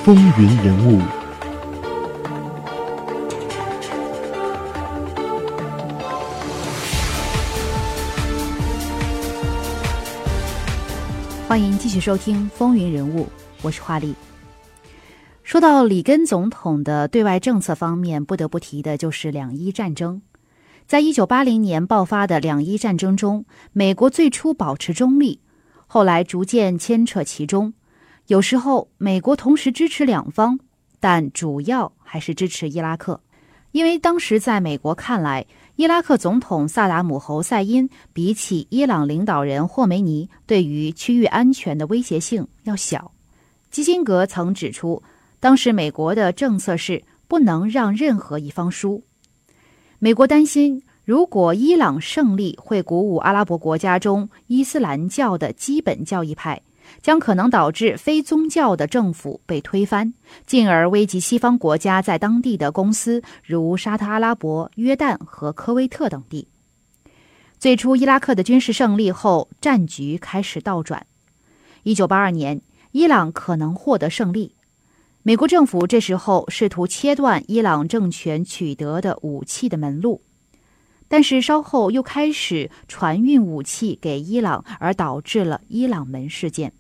风云人物。 欢迎继续收听风云人物，我是华丽。说到里根总统的对外政策方面，不得不提的就是两伊战争。在1980年爆发的两伊战争中，美国最初保持中立，后来逐渐牵扯其中。有时候美国同时支持两方，但主要还是支持伊拉克。因为当时在美国看来，伊拉克总统萨达姆侯赛因比起伊朗领导人霍梅尼对于区域安全的威胁性要小。基辛格曾指出，当时美国的政策是不能让任何一方输。美国担心，如果伊朗胜利，会鼓舞阿拉伯国家中伊斯兰教的基本教义派，将可能导致非宗教的政府被推翻，进而危及西方国家在当地的公司，如沙特阿拉伯、约旦和科威特等地。最初伊拉克的军事胜利后，战局开始倒转。1982年，伊朗可能获得胜利。美国政府这时候试图切断伊朗政权取得的武器的门路，但是稍后又开始传运武器给伊朗，而导致了伊朗门事件。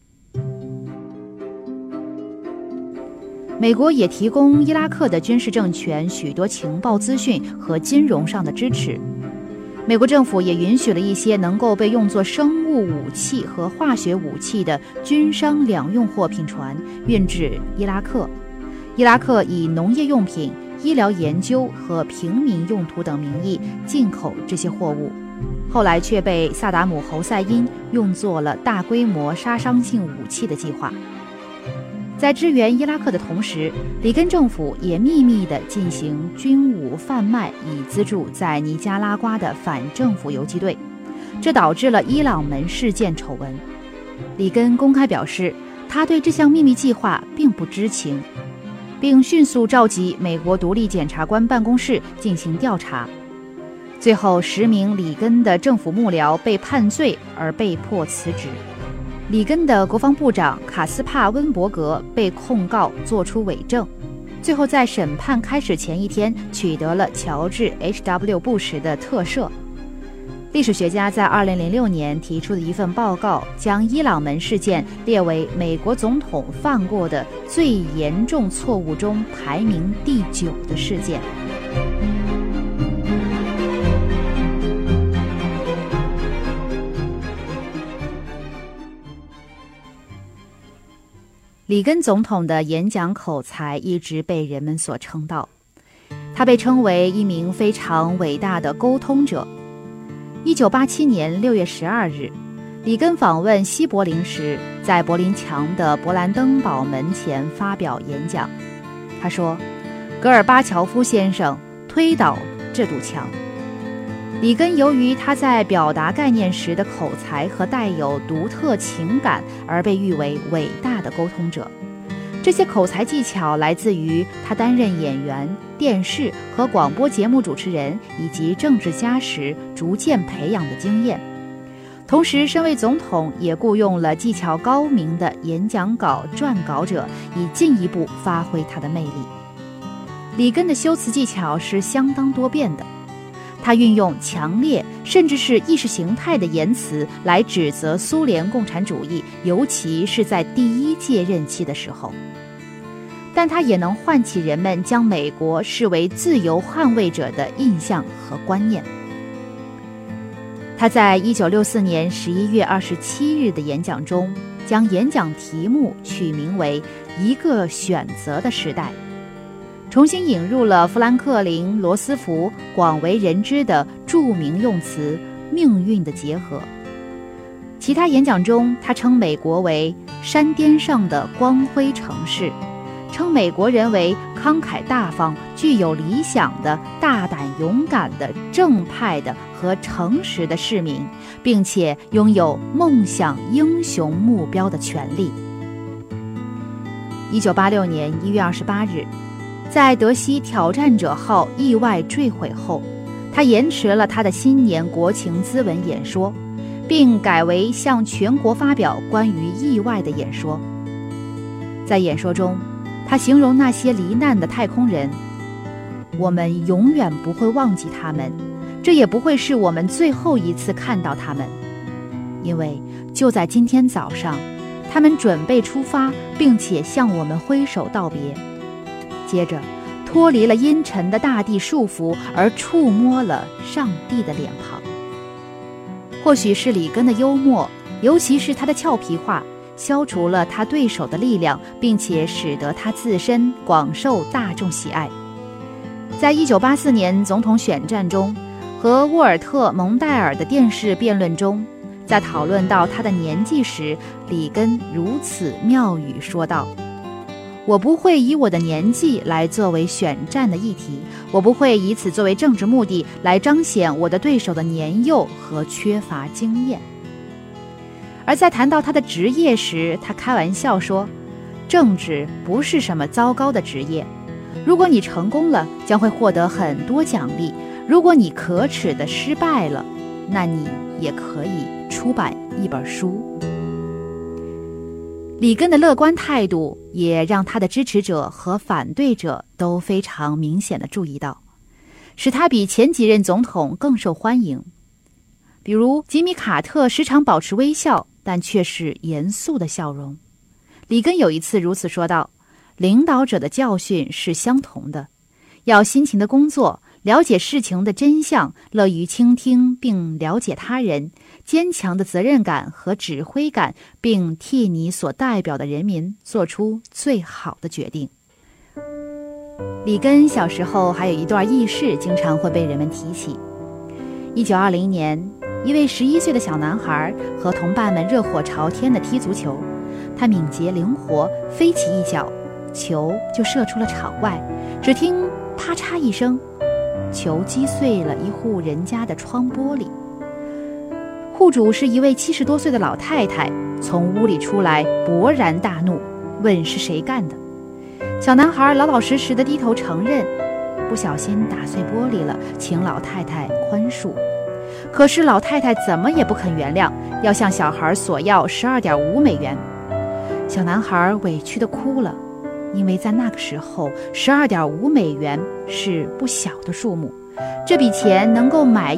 美国也提供伊拉克的军事政权许多情报资讯和金融上的支持。美国政府也允许了一些能够被用作生物武器和化学武器的军商两用货品船运至伊拉克。伊拉克以农业用品、医疗研究和平民用途等名义进口这些货物，后来却被萨达姆侯赛因用作了大规模杀伤性武器的计划。在支援伊拉克的同时，里根政府也秘密地进行军武贩卖，以资助在尼加拉瓜的反政府游击队，这导致了伊朗门事件丑闻。里根公开表示，他对这项秘密计划并不知情，并迅速召集美国独立检察官办公室进行调查。最后10名里根的政府幕僚被判罪而被迫辞职。里根的国防部长卡斯帕温伯格被控告作出伪证，最后在审判开始前一天取得了乔治 H.W. 布什的特赦。历史学家在2006年提出的一份报告，将伊朗门事件列为美国总统犯过的最严重错误中排名第9的事件。里根总统的演讲口才一直被人们所称道，他被称为一名非常伟大的沟通者。1987年6月12日，里根访问西柏林时，在柏林墙的勃兰登堡门前发表演讲。他说，戈尔巴乔夫先生推倒这堵墙。里根由于他在表达概念时的口才和带有独特情感，而被誉为伟大的沟通者。这些口才技巧来自于他担任演员、电视和广播节目主持人以及政治家时逐渐培养的经验。同时，身为总统也雇佣了技巧高明的演讲稿撰稿者，以进一步发挥他的魅力。里根的修辞技巧是相当多变的，他运用强烈甚至是意识形态的言辞来指责苏联共产主义，尤其是在第1届任期的时候。但他也能唤起人们将美国视为自由捍卫者的印象和观念。他在1964年11月27日的演讲中，将演讲题目取名为《一个选择的时代》，重新引入了富兰克林·罗斯福广为人知的著名用词“命运的结合”。其他演讲中，他称美国为山巅上的光辉城市，称美国人为慷慨大方、具有理想的、大胆勇敢的、正派的和诚实的市民，并且拥有梦想英雄目标的权利。1986年1月28日，在德西挑战者号意外坠毁后，他延迟了他的新年国情咨文演说，并改为向全国发表关于意外的演说。在演说中， 他形容那些罹难的太空人，我们永远不会忘记他们，这也不会是我们最后一次看到他们，因为就在今天早上，他们准备出发，并且向我们挥手道别，接着脱离了阴沉的大地束缚，而触摸了上帝的脸庞。或许是里根的幽默，尤其是他的俏皮话，消除了他对手的力量，并且使得他自身广受大众喜爱。在1984年总统选战中和沃尔特·蒙代尔的电视辩论中，在讨论到他的年纪时，里根如此妙语说道：我不会以我的年纪来作为选战的议题，我不会以此作为政治目的来彰显我的对手的年幼和缺乏经验。而在谈到他的职业时，他开玩笑说，政治不是什么糟糕的职业，如果你成功了，将会获得很多奖励，如果你可耻地失败了，那你也可以出版一本书。里根的乐观态度也让他的支持者和反对者都非常明显地注意到，使他比前几任总统更受欢迎。比如吉米·卡特时常保持微笑，但却是严肃的笑容。里根有一次如此说道：领导者的教训是相同的，要辛勤的工作，了解事情的真相，乐于倾听并了解他人，坚强的责任感和指挥感，并替你所代表的人民做出最好的决定。里根小时候还有一段轶事经常会被人们提起。1920年，一位11岁的小男孩和同伴们热火朝天地踢足球，他敏捷灵活，飞起一脚，球就射出了场外，只听啪嚓一声，球击碎了一户人家的窗玻璃。户主是一位70多岁的老太太，从屋里出来勃然大怒，问是谁干的。小男孩老老实实地低头承认，不小心打碎玻璃了，请老太太宽恕。可是老太太怎么也不肯原谅，要向小孩索要12.5美元。小男孩委屈地哭了，因为在那个时候12.5美元是不小的数目，这笔钱能够买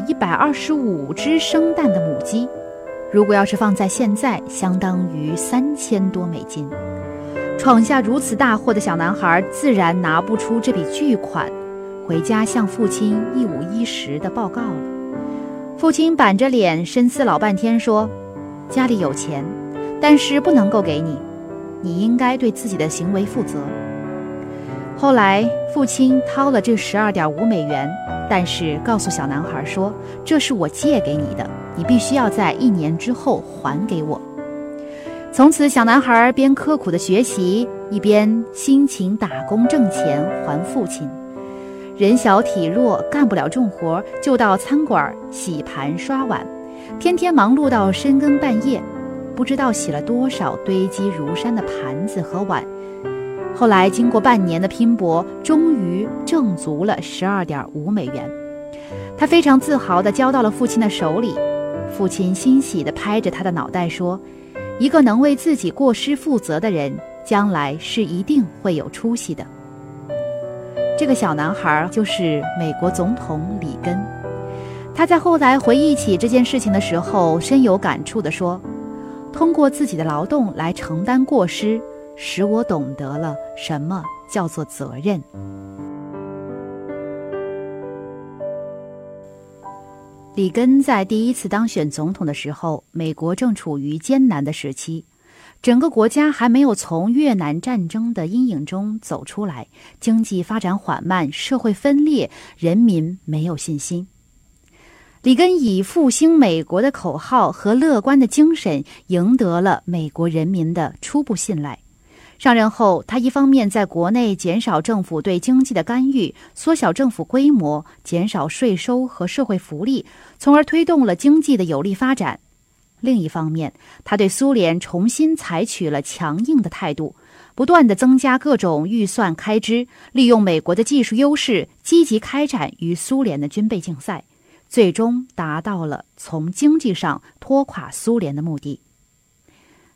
125只生蛋的母鸡，如果要是放在现在，相当于3000多美金。闯下如此大祸的小男孩自然拿不出这笔巨款，回家向父亲一五一十地报告了。父亲板着脸深思老半天说，家里有钱，但是不能够给你，你应该对自己的行为负责。后来父亲掏了这12.5美元，但是告诉小男孩说，这是我借给你的，你必须要在1年之后还给我。从此小男孩边刻苦的学习，一边辛勤打工挣钱还父亲。人小体弱，干不了重活，就到餐馆洗盘刷碗，天天忙碌到深更半夜，不知道洗了多少堆积如山的盘子和碗。后来经过半年的拼搏，终于挣足了12.5美元。他非常自豪地交到了父亲的手里，父亲欣喜地拍着他的脑袋说，一个能为自己过失负责的人，将来是一定会有出息的。这个小男孩就是美国总统里根。他在后来回忆起这件事情的时候，深有感触地说，通过自己的劳动来承担过失，使我懂得了什么叫做责任。里根在第一次当选总统的时候，美国正处于艰难的时期，整个国家还没有从越南战争的阴影中走出来，经济发展缓慢，社会分裂，人民没有信心。里根以复兴美国的口号和乐观的精神赢得了美国人民的初步信赖。上任后，他一方面在国内减少政府对经济的干预，缩小政府规模，减少税收和社会福利，从而推动了经济的有力发展。另一方面，他对苏联重新采取了强硬的态度，不断地增加各种预算开支，利用美国的技术优势，积极开展与苏联的军备竞赛，最终达到了从经济上拖垮苏联的目的。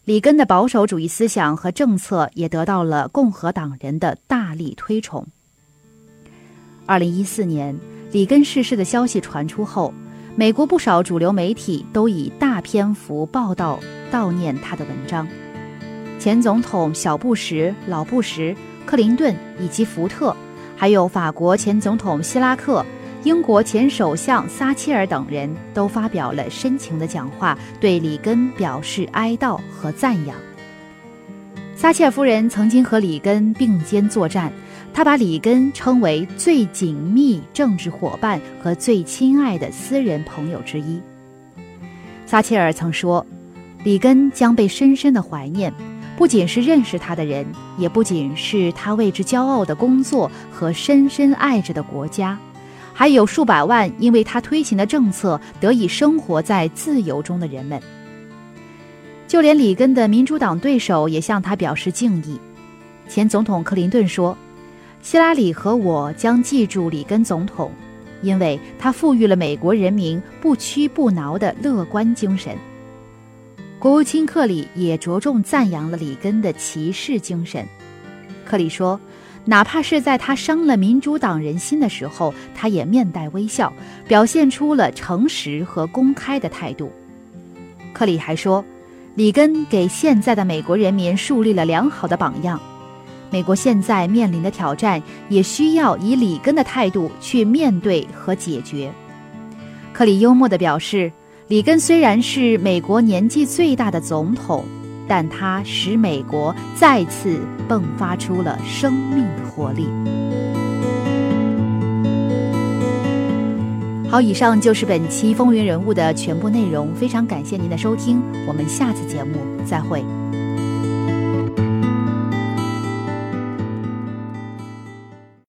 里根的保守主义思想和政策也得到了共和党人的大力推崇。2014年，里根逝世的消息传出后，美国不少主流媒体都以大篇幅报道悼念他的文章。前总统小布什、老布什、克林顿以及福特，还有法国前总统希拉克、英国前首相撒切尔等人都发表了深情的讲话，对里根表示哀悼和赞扬。撒切尔夫人曾经和里根并肩作战，她把里根称为最紧密政治伙伴和最亲爱的私人朋友之一。撒切尔曾说，里根将被深深地怀念，不仅是认识他的人，也不仅是他为之骄傲的工作和深深爱着的国家，还有数百万因为他推行的政策得以生活在自由中的人们。就连里根的民主党对手也向他表示敬意。前总统克林顿说，希拉里和我将记住里根总统，因为他赋予了美国人民不屈不挠的乐观精神。国务卿克里也着重赞扬了里根的骑士精神。克里说，哪怕是在他伤了民主党人心的时候，他也面带微笑，表现出了诚实和公开的态度。克里还说，里根给现在的美国人民树立了良好的榜样，美国现在面临的挑战也需要以里根的态度去面对和解决。克里幽默地表示，里根虽然是美国年纪最大的总统，但他使美国再次迸发出了生命的活力。好，以上就是本期风云人物的全部内容，非常感谢您的收听，我们下次节目再会。